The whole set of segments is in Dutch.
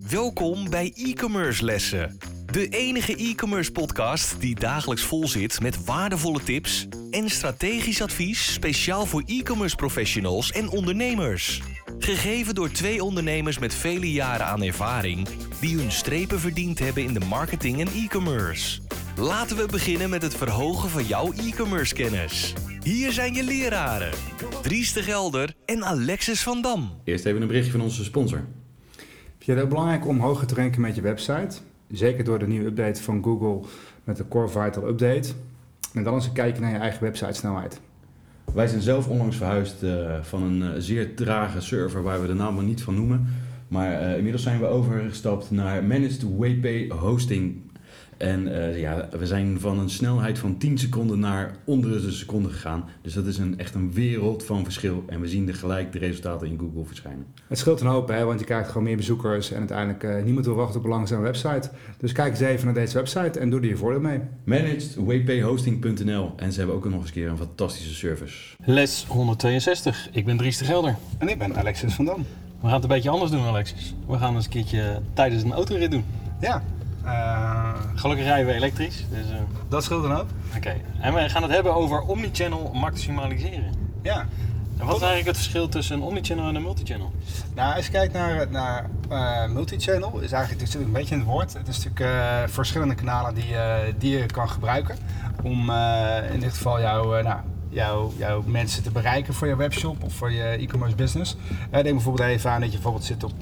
Welkom bij e-commerce lessen. De enige e-commerce podcast die dagelijks vol zit met waardevolle tips en strategisch advies speciaal voor e-commerce professionals en ondernemers. Gegeven door 2 ondernemers met vele jaren aan ervaring die hun strepen verdiend hebben in de marketing en e-commerce. Laten we beginnen met het verhogen van jouw e-commerce kennis. Hier zijn je leraren, Dries de Gelder en Alexis van Dam. Eerst even een berichtje van onze sponsor. Vind je het ook belangrijk om hoger te ranken met je website? Zeker door de nieuwe update van Google met de Core Vital Update. En dan eens een kijkje naar je eigen websitesnelheid. Wij zijn zelf onlangs verhuisd van een zeer trage server waar we de naam maar niet van noemen. Maar inmiddels zijn we overgestapt naar Managed WP Hosting. En we zijn van een snelheid van 10 seconden naar onder de seconde gegaan. Dus dat is echt een wereld van verschil. En we zien gelijk de resultaten in Google verschijnen. Het scheelt een hoop, hè, want je krijgt gewoon meer bezoekers en uiteindelijk niemand wil wachten op een langzame website. Dus kijk eens even naar deze website en doe er je voordeel mee. ManagedWPHosting.nl. En ze hebben ook nog eens een keer een fantastische service. Les 162. Ik ben Dries de Gelder. En ik ben Alexis van Dam. We gaan het een beetje anders doen, Alexis. We gaan eens een keertje tijdens een autorit doen. Ja. Gelukkig rijden we elektrisch. Dus, Dat scheelt een hoop. Oké. En we gaan het hebben over omnichannel maximaliseren. Ja. En wat is eigenlijk het verschil tussen een omnichannel en een multichannel? Nou, als je kijkt naar multichannel, is eigenlijk het zit een beetje in het woord. Het is natuurlijk verschillende kanalen die je kan gebruiken om in dit geval jouw mensen te bereiken voor je webshop of voor je e-commerce business. Denk bijvoorbeeld even aan dat je bijvoorbeeld zit op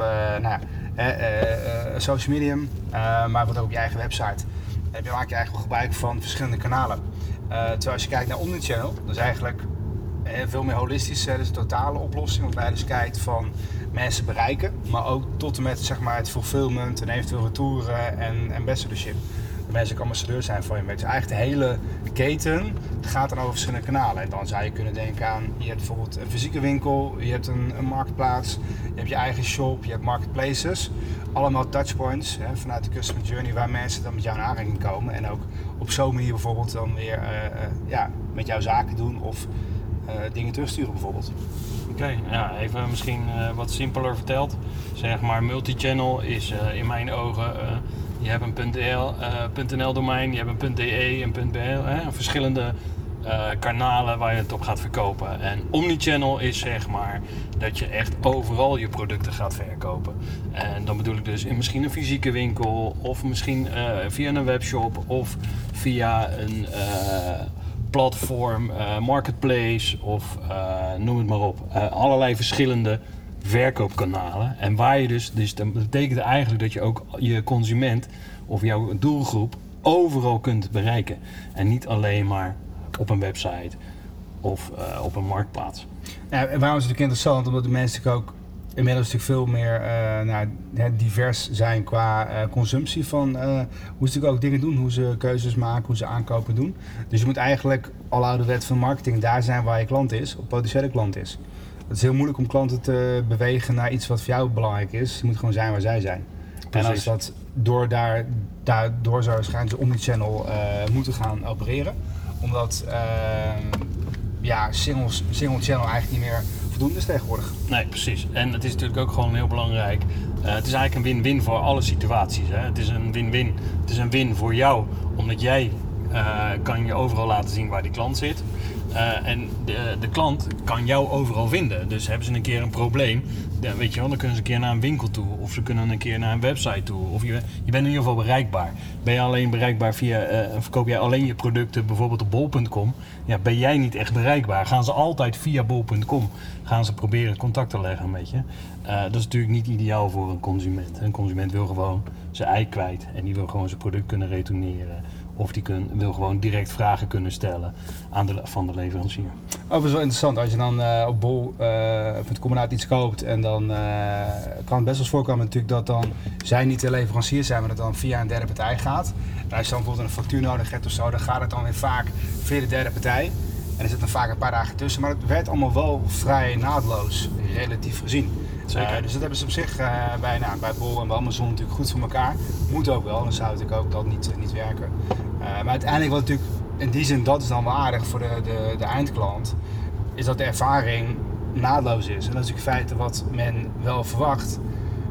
social media, maar wat ook op je eigen website. En dan maak je eigenlijk gebruik van verschillende kanalen. Terwijl als je kijkt naar omnichannel, dat is eigenlijk veel meer holistisch. Dat is een totale oplossing, waarbij je dus kijkt van mensen bereiken, maar ook tot en met zeg maar, het fulfillment en eventueel retouren en ambassadorship. De mensen ook ambassadeur zijn van je merk. Dus eigenlijk de hele keten gaat dan over verschillende kanalen. En dan zou je kunnen denken aan, je hebt bijvoorbeeld een fysieke winkel, je hebt een marktplaats, je hebt je eigen shop, je hebt marketplaces. Allemaal touchpoints vanuit de customer journey waar mensen dan met jou in aanraking komen. En ook op zo'n manier bijvoorbeeld dan weer met jouw zaken doen of dingen terugsturen bijvoorbeeld. Oké, even misschien wat simpeler verteld. Zeg maar multichannel is in mijn ogen... Je hebt een .nl domein, je hebt een .de en .bl, verschillende kanalen waar je het op gaat verkopen. En omnichannel is zeg maar dat je echt overal je producten gaat verkopen. En dan bedoel ik dus in misschien een fysieke winkel of misschien via een webshop of via een platform, marketplace of noem het maar op. Allerlei verschillende verkoopkanalen. En waar je dus dat betekent eigenlijk dat je ook je consument of jouw doelgroep overal kunt bereiken. En niet alleen maar op een website of op een marktplaats. Ja, en waarom is het natuurlijk interessant? Omdat de mensen ook inmiddels natuurlijk veel meer divers zijn qua consumptie van hoe ze natuurlijk ook dingen doen, hoe ze keuzes maken, hoe ze aankopen doen. Dus je moet eigenlijk al ouderwet van marketing daar zijn waar je klant is, of potentiële klant is. Het is heel moeilijk om klanten te bewegen naar iets wat voor jou belangrijk is. Je moet gewoon zijn waar zij zijn. Precies. En als dat daardoor zou waarschijnlijk de omnichannel moeten gaan opereren. Omdat single channel eigenlijk niet meer voldoende is tegenwoordig. Nee, precies. En het is natuurlijk ook gewoon heel belangrijk. Het is eigenlijk een win-win voor alle situaties. Hè? Het is een win-win. Het is een win voor jou, omdat jij kan je overal laten zien waar die klant zit. En de klant kan jou overal vinden. Dus hebben ze een keer een probleem, dan kunnen ze een keer naar een winkel toe. Of ze kunnen een keer naar een website toe. Of je bent in ieder geval bereikbaar. Ben je alleen bereikbaar verkoop jij alleen je producten bijvoorbeeld op bol.com. Ja, ben jij niet echt bereikbaar. Gaan ze altijd via bol.com gaan ze proberen contact te leggen met je. Dat is natuurlijk niet ideaal voor een consument. Een consument wil gewoon zijn ei kwijt. En die wil gewoon zijn product kunnen retourneren. Of die wil gewoon direct vragen kunnen stellen van de leverancier. Overigens wel interessant, als je dan op bol.com iets koopt en dan kan het best wel voorkomen natuurlijk dat dan zij niet de leverancier zijn, maar dat dan via een derde partij gaat. En als je dan bijvoorbeeld een factuur nodig hebt of zo, dan gaat het dan weer vaak via de derde partij. En er zitten vaak een paar dagen tussen, maar het werkt allemaal wel vrij naadloos, relatief gezien. Dus dat hebben ze op zich bij Bol en bij Amazon natuurlijk goed voor elkaar. Moet ook wel, dan zou het natuurlijk ook dat niet werken. Maar uiteindelijk wat natuurlijk in die zin, dat is dan wel aardig voor de eindklant, is dat de ervaring naadloos is. En dat is natuurlijk in feite wat men wel verwacht.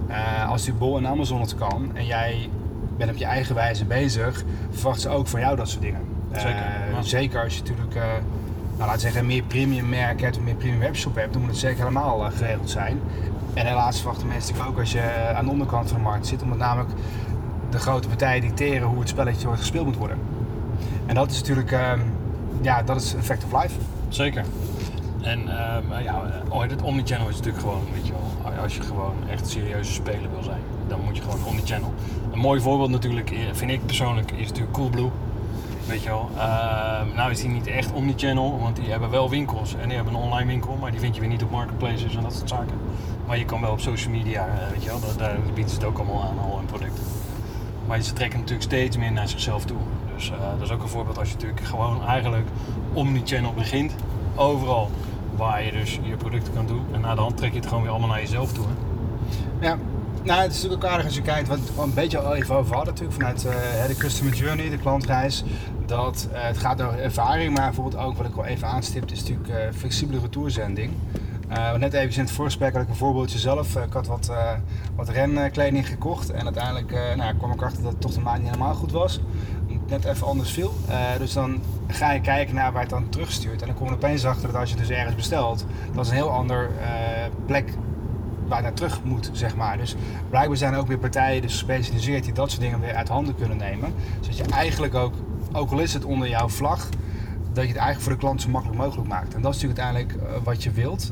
Als die bol in Amazon het kan en jij bent op je eigen wijze bezig, verwachten ze ook van jou dat soort dingen. Zeker als je natuurlijk, laten we zeggen, meer premium merk hebt, meer premium webshop hebt, dan moet het zeker helemaal geregeld zijn. En helaas verwachten mensen natuurlijk ook als je aan de onderkant van de markt zit, omdat namelijk de grote partijen dicteren hoe het spelletje wordt gespeeld moet worden. En dat is natuurlijk, dat is effect of life. Zeker. En het omnichannel is natuurlijk gewoon, weet je wel, als je gewoon echt serieuze speler wil zijn, dan moet je gewoon omnichannel. Een mooi voorbeeld natuurlijk, vind ik persoonlijk, is natuurlijk Coolblue. Weet je wel, nou is die niet echt omnichannel, want die hebben wel winkels en die hebben een online winkel, maar die vind je weer niet op marketplaces en dat soort zaken. Maar je kan wel op social media, weet je wel, daar bieden ze het ook allemaal aan, al hun producten. Maar ze trekken natuurlijk steeds meer naar zichzelf toe. Dus dat is ook een voorbeeld als je natuurlijk gewoon eigenlijk omnichannel begint, overal waar je dus je producten kan doen. En na de hand trek je het gewoon weer allemaal naar jezelf toe. Hè? Ja, nou het is natuurlijk ook aardig als je kijkt, wat we een beetje al even over hadden natuurlijk, vanuit de customer journey, de klantreis. Dat het gaat over ervaring, maar bijvoorbeeld ook wat ik wel even aanstipt is natuurlijk flexibele retourzending. Net even in het voorgesprek had ik een voorbeeldje zelf. Ik had wat renkleding gekocht en uiteindelijk kwam ik achter dat het toch de maat niet helemaal goed was. Net even anders viel. Dus dan ga je kijken naar waar het dan terugstuurt. En dan kom je opeens achter dat als je dus ergens bestelt, dat is een heel ander plek waar je naar terug moet, zeg maar. Dus blijkbaar zijn er ook weer partijen dus gespecialiseerd die dat soort dingen weer uit handen kunnen nemen. Zodat je eigenlijk ook al is het onder jouw vlag, dat je het eigenlijk voor de klant zo makkelijk mogelijk maakt. En dat is natuurlijk uiteindelijk wat je wilt.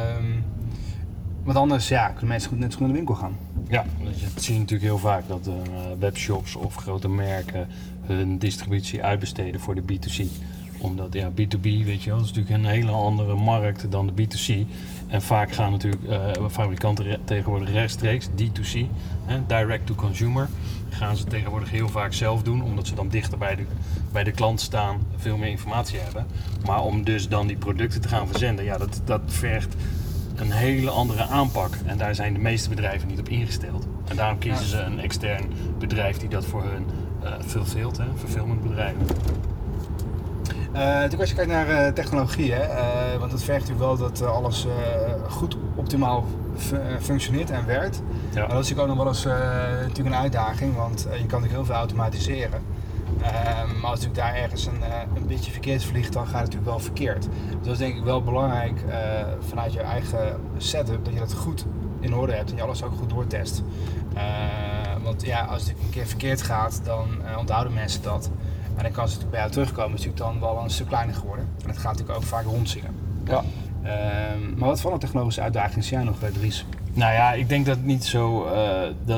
Want anders kunnen mensen net zo goed naar de winkel gaan. Ja, dat zie je natuurlijk heel vaak, dat webshops of grote merken hun distributie uitbesteden voor de B2C. Omdat B2B, weet je wel, dat is natuurlijk een hele andere markt dan de B2C. En vaak gaan natuurlijk fabrikanten tegenwoordig rechtstreeks, D2C, direct to consumer, gaan ze tegenwoordig heel vaak zelf doen, omdat ze dan dichter bij de klant staan, veel meer informatie hebben. Maar om dus dan die producten te gaan verzenden, dat vergt een hele andere aanpak. En daar zijn de meeste bedrijven niet op ingesteld. En daarom kiezen ze een extern bedrijf die dat voor hun fulfillt, fulfillmentbedrijven. Natuurlijk als je kijkt naar technologie, want het vergt natuurlijk wel dat alles goed optimaal functioneert en werkt. Ja. Maar dat is natuurlijk ook nog wel eens natuurlijk een uitdaging, want je kan natuurlijk heel veel automatiseren. Maar als natuurlijk daar ergens een beetje verkeerd vliegt, dan gaat het natuurlijk wel verkeerd. Dus dat is denk ik wel belangrijk vanuit je eigen setup, dat je dat goed in orde hebt en je alles ook goed doortest. Want als het een keer verkeerd gaat, dan onthouden mensen dat. En dan kan ze natuurlijk bij jou terugkomen, is natuurlijk dan wel een stuk kleiner geworden. En dat gaat natuurlijk ook vaak rondzingen. Ja. Maar wat voor een technologische uitdagingen zie jij nog, Dries? Nou ja, ik denk dat het niet zo, dat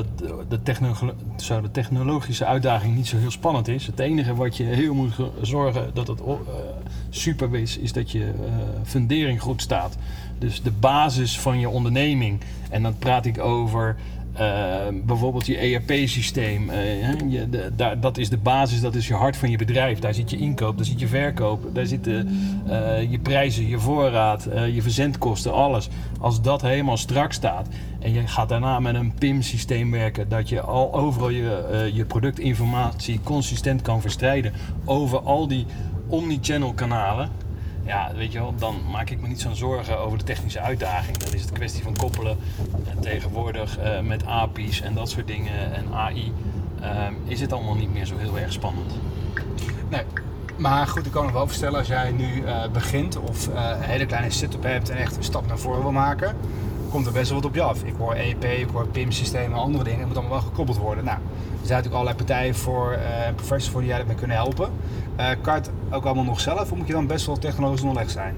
de technologische uitdaging niet zo heel spannend is. Het enige wat je heel moet zorgen dat het super is dat je fundering goed staat. Dus de basis van je onderneming. En dan praat ik over bijvoorbeeld je ERP-systeem, dat is de basis, dat is je hart van je bedrijf. Daar zit je inkoop, daar zit je verkoop, daar zitten je prijzen, je voorraad, je verzendkosten, alles. Als dat helemaal strak staat en je gaat daarna met een PIM-systeem werken, dat je overal je productinformatie consistent kan verstrijden over al die omnichannel kanalen. Ja, weet je wel, dan maak ik me niet zo'n zorgen over de technische uitdaging. Dan is het een kwestie van koppelen. En tegenwoordig met API's en dat soort dingen en AI is het allemaal niet meer zo heel erg spannend. Nee, maar goed, ik kan me wel voorstellen als jij nu begint of een hele kleine setup hebt en echt een stap naar voren wil maken, komt er best wel wat op je af. Ik hoor EEP, ik hoor PIM-systemen en andere dingen. Het moet allemaal wel gekoppeld worden. Nou, er zijn natuurlijk allerlei partijen voor, professionals voor die jij ermee kunnen helpen. Kan je het ook allemaal nog zelf of moet je dan best wel technologisch onderlegd zijn?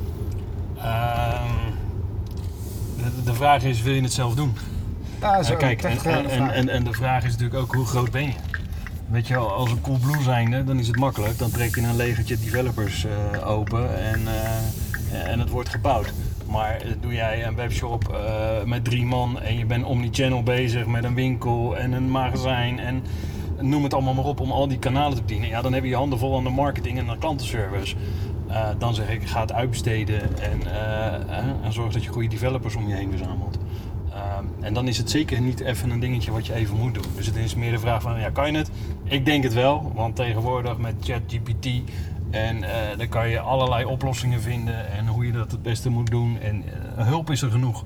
De vraag is, wil je het zelf doen? Ja, kijk, en de vraag is natuurlijk ook, hoe groot ben je? Weet je wel, als een Coolblue zijnde, dan is het makkelijk. Dan trek je een legertje developers open en het wordt gebouwd. Maar doe jij een webshop met 3 man en je bent omnichannel bezig met een winkel en een magazijn en noem het allemaal maar op om al die kanalen te bedienen. Ja, dan heb je je handen vol aan de marketing en aan de klantenservice. Dan zeg ik, ga het uitbesteden en zorg dat je goede developers om je heen verzamelt. En dan is het zeker niet even een dingetje wat je even moet doen. Dus het is meer de vraag van, kan je het? Ik denk het wel, want tegenwoordig met ChatGPT en dan kan je allerlei oplossingen vinden en hoe je dat het beste moet doen. En hulp is er genoeg.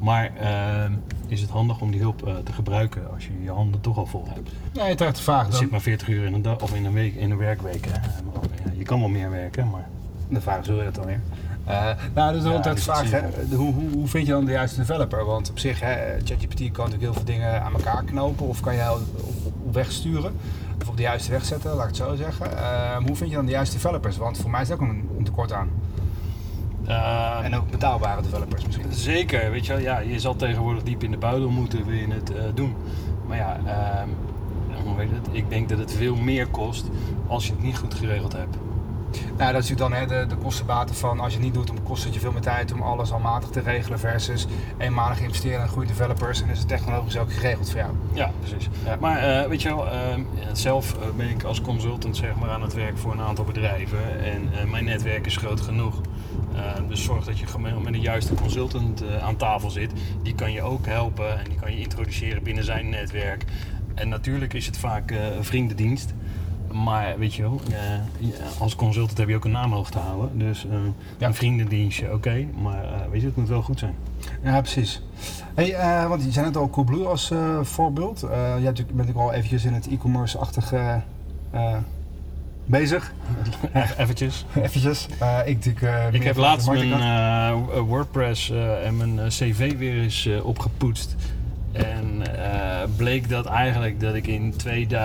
Maar is het handig om die hulp te gebruiken als je je handen toch al vol hebt? Nee, het is echt vaak. Je zit maar 40 uur in een dag of in een week in een werkweek. Hè? Je kan wel meer werken, maar De vraag is, hoe je dat dan weer? Nou, dus altijd dus vraag, dat zie je hoe vind je dan de juiste developer? Want op zich, ChatGPT kan natuurlijk heel veel dingen aan elkaar knopen of kan je op weg sturen. Of op de juiste weg zetten, laat ik het zo zeggen. Hoe vind je dan de juiste developers? Want voor mij is het ook een tekort aan. En ook betaalbare developers misschien. Zeker, weet je wel. Ja, je zal tegenwoordig diep in de buidel moeten, wil je het doen. Maar ja, hoe weet het? Ik denk dat het veel meer kost als je het niet goed geregeld hebt. Nou, dat is natuurlijk dan de kostenbaten van als je het niet doet, dan kost het je veel meer tijd om alles almatig te regelen versus eenmalig investeren in goede developers en is het technologisch ook geregeld voor jou. Ja, precies. Ja. Maar weet je wel, zelf ben ik als consultant zeg maar aan het werk voor een aantal bedrijven en mijn netwerk is groot genoeg. Dus zorg dat je met een juiste consultant aan tafel zit. Die kan je ook helpen en die kan je introduceren binnen zijn netwerk. En natuurlijk is het vaak een vriendendienst. Maar weet je wel, als consultant heb je ook een naam hoog te houden. Dus een vriendendienstje, oké, maar weet je, het moet wel goed zijn. Ja, precies. Hey, want je zei net al Coolblue als voorbeeld. Jij bent natuurlijk al eventjes in het e-commerce-achtige bezig. Eventjes. Eventjes. Ik heb laatst mijn WordPress en mijn cv weer eens opgepoetst. En bleek dat eigenlijk dat ik in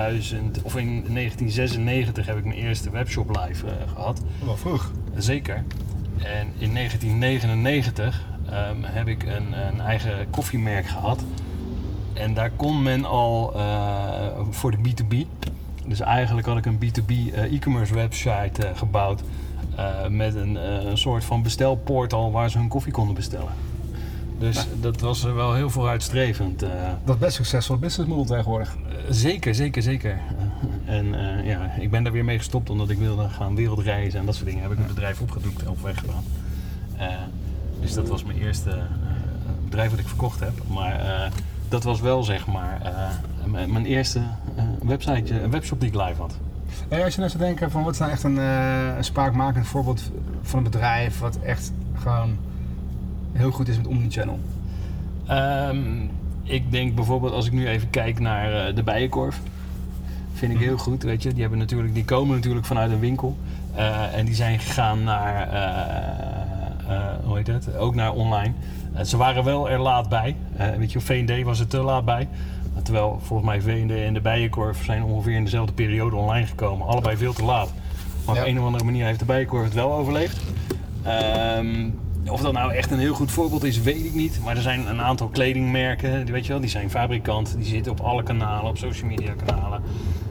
1996 heb ik mijn eerste webshop live gehad. Wel vroeg. Zeker. En in 1999 heb ik een eigen koffiemerk gehad. En daar kon men al voor de B2B. Dus eigenlijk had ik een B2B e-commerce website gebouwd. Met een soort van bestelportal waar ze hun koffie konden bestellen. Dus dat was wel heel vooruitstrevend. Dat is best succesvol business model tegenwoordig. Zeker. En ik ben daar weer mee gestopt omdat ik wilde gaan wereldreizen en dat soort dingen. Heb ik mijn bedrijf opgedoekt en op weg gedaan. Dus dat was mijn eerste bedrijf wat ik verkocht heb. Maar dat was wel zeg maar mijn eerste webshop die ik live had. Hey, als je nou zou denken van wat is nou echt een spraakmakend voorbeeld van een bedrijf wat echt gewoon heel goed is met omnichannel? Ik denk bijvoorbeeld als ik nu even kijk naar de Bijenkorf. Vind ik heel goed, weet je. Die komen natuurlijk vanuit een winkel. En die zijn gegaan naar, ook naar online. Ze waren wel er laat bij. Weet je, V&D was er te laat bij. Terwijl volgens mij V&D en de Bijenkorf zijn ongeveer in dezelfde periode online gekomen. Allebei veel te laat. Maar op een of andere manier heeft de Bijenkorf het wel overleefd. Of dat nou echt een heel goed voorbeeld is, weet ik niet. Maar er zijn een aantal kledingmerken, weet je wel, die zijn fabrikant. Die zitten op alle kanalen, op social media kanalen.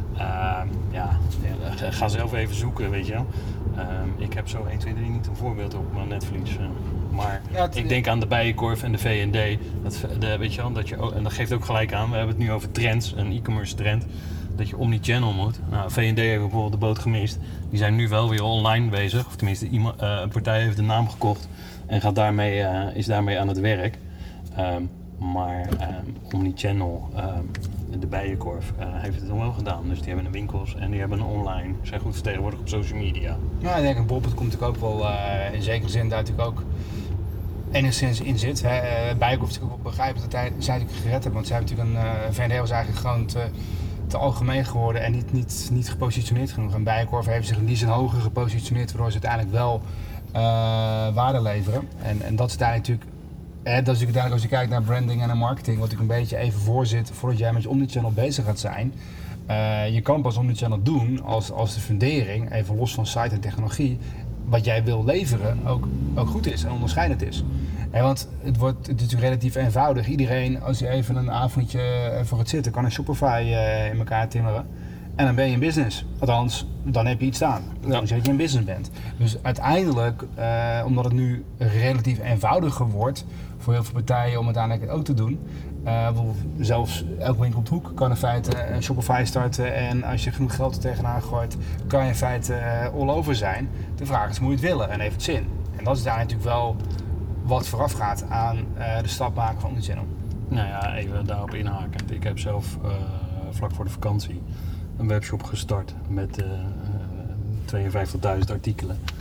Ga zelf even zoeken, weet je wel. Ik heb zo 1, 2, 3 niet een voorbeeld op mijn netvlies. Maar ik denk aan de Bijenkorf en de V&D. Weet je wel, en dat geeft ook gelijk aan. We hebben het nu over trends, een e-commerce trend. Dat je omnichannel moet. Nou, V&D heeft bijvoorbeeld de boot gemist. Die zijn nu wel weer online bezig. Of tenminste, een partij heeft de naam gekocht. En is daarmee aan het werk. Maar omnichannel, de Bijenkorf, heeft het dan wel gedaan. Dus die hebben een winkels en die hebben een online. Zijn goed vertegenwoordigd op social media. Ja, ik denk dat Bob, het komt natuurlijk ook wel in zekere zin daar natuurlijk ook enigszins in zit. Bijenkorf is natuurlijk ook begrijpen dat zij natuurlijk gered hebben. Want zij hebben natuurlijk V&D was eigenlijk gewoon te algemeen geworden en niet gepositioneerd genoeg. En Bijenkorf heeft zich in die zin hoger gepositioneerd, waardoor ze uiteindelijk wel waarde leveren. En dat is daar natuurlijk, dat is natuurlijk uiteindelijk als je kijkt naar branding en naar marketing, wat ik een beetje even voorzit voordat jij met je omnichannel bezig gaat zijn. Je kan pas omnichannel doen als de fundering, even los van site en technologie, wat jij wil leveren ook goed is en onderscheidend is. Want het is natuurlijk relatief eenvoudig. Iedereen, als je even een avondje voor gaat zitten, kan een Shopify in elkaar timmeren. En dan ben je in business. Althans, dan heb je iets staan. Dan zeg je dat je in business bent. Dus uiteindelijk, omdat het nu relatief eenvoudiger wordt voor heel veel partijen om uiteindelijk ook te doen. Zelfs elke winkel op de hoek kan in feite een Shopify starten. En als je genoeg geld er tegenaan gooit, kan je in feite all over zijn. De vraag is, moet je het willen en heeft het zin? En dat is daar natuurlijk wel wat vooraf gaat aan de stap maken van omnichannel. Nou ja, even daarop inhakend. Ik heb zelf vlak voor de vakantie een webshop gestart met 52.000 artikelen.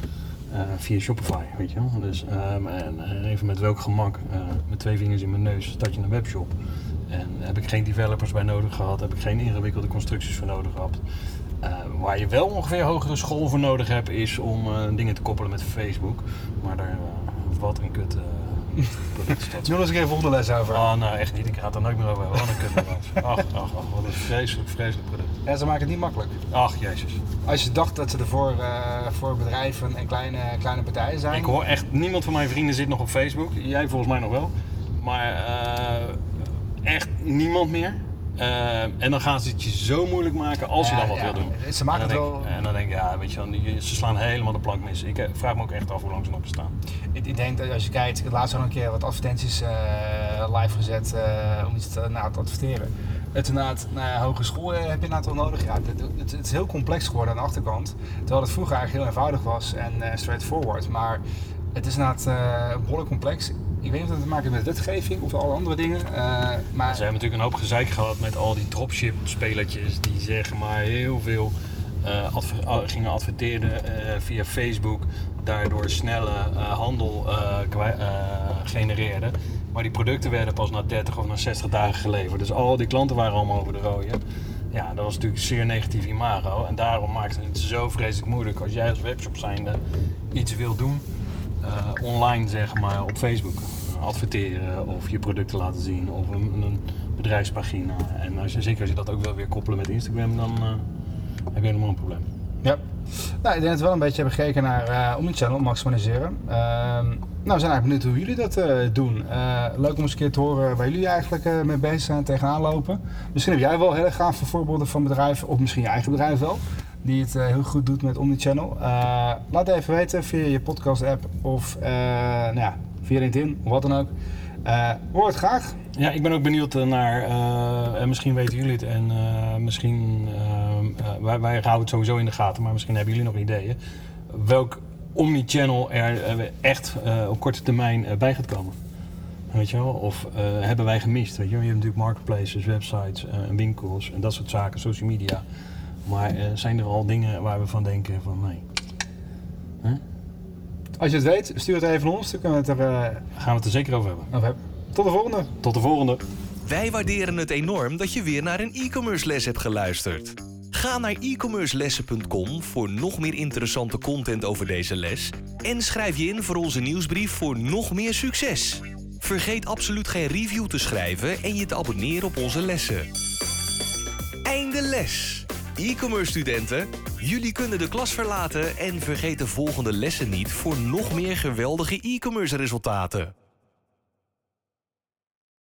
via Shopify, weet je wel. Dus, en even met welk gemak, met 2 vingers in mijn neus, start je een webshop. En heb ik geen developers bij nodig gehad, heb ik geen ingewikkelde constructies voor nodig gehad. Waar je wel ongeveer hogere school voor nodig hebt, is om dingen te koppelen met Facebook. Maar daar, wat een kut product is dat. Doe eens een keer volgende les over. Oh, nou echt niet, ik ga het er nooit meer over hebben. Wat een kut bedrijf. Ach, wat een vreselijk product. Ja, ze maken het niet makkelijk. Ach, jezus. Als je dacht dat ze er voor bedrijven en kleine partijen zijn. Ik hoor echt, niemand van mijn vrienden zit nog op Facebook. Jij volgens mij nog wel. Maar echt niemand meer. En dan gaan ze het je zo moeilijk maken als je dan wat wil doen. Ze maken het wel. En dan denk ik, ja, weet je wel, ze slaan helemaal de plank mis. Ik vraag me ook echt af hoe lang ze nog bestaan. Ik denk dat als je kijkt, ik heb laatst al een keer wat advertenties live gezet om iets te adverteren. Het inderdaad, hogeschool heb je inderdaad wel nodig. Ja, het is heel complex geworden aan de achterkant. Terwijl het vroeger eigenlijk heel eenvoudig was en straightforward. Maar het is inderdaad behoorlijk complex. Ik weet niet of dat te maken heeft met wetgeving of alle andere dingen. Maar ze hebben natuurlijk een hoop gezeik gehad met al die dropship spelertjes die zeg maar heel veel gingen adverteren via Facebook. Daardoor snelle handel genereerden. Maar die producten werden pas na 30 of na 60 dagen geleverd. Dus al die klanten waren allemaal over de rode. Ja, dat was natuurlijk zeer negatief imago. En daarom maakt het zo vreselijk moeilijk als jij als webshop zijnde iets wil doen. Online zeg maar op Facebook. Adverteren of je producten laten zien of een bedrijfspagina. En zeker als je dat ook wel weer koppelen met Instagram, dan heb je helemaal een probleem. Ja. Nou, ik denk dat we wel een beetje hebben gekeken naar omnichannel, maximaliseren. We zijn eigenlijk benieuwd hoe jullie dat doen. Leuk om eens een keer te horen waar jullie eigenlijk mee bezig zijn, tegenaan lopen. Misschien heb jij wel hele gave voorbeelden van bedrijven, of misschien je eigen bedrijf wel, die het heel goed doet met omnichannel. Laat even weten via je podcast app of via LinkedIn of wat dan ook. Hoor het graag. Ja, ik ben ook benieuwd naar, en misschien weten jullie het en misschien, wij houden het sowieso in de gaten, maar misschien hebben jullie nog ideeën. Welk omnichannel er echt op korte termijn bij gaat komen. Weet je wel? Of hebben wij gemist? Weet je wel? Je hebt natuurlijk marketplaces, websites, winkels en dat soort zaken, social media. Maar zijn er al dingen waar we van denken van nee? Huh? Als je het weet, stuur het even naar ons. Dan kunnen we het gaan we het er zeker over hebben. Tot de volgende. Tot de volgende. Wij waarderen het enorm dat je weer naar een e-commerce les hebt geluisterd. Ga naar e-commercelessen.com voor nog meer interessante content over deze les. En schrijf je in voor onze nieuwsbrief voor nog meer succes. Vergeet absoluut geen review te schrijven en je te abonneren op onze lessen. Einde les! E-commerce studenten, jullie kunnen de klas verlaten en vergeet de volgende lessen niet voor nog meer geweldige e-commerce resultaten.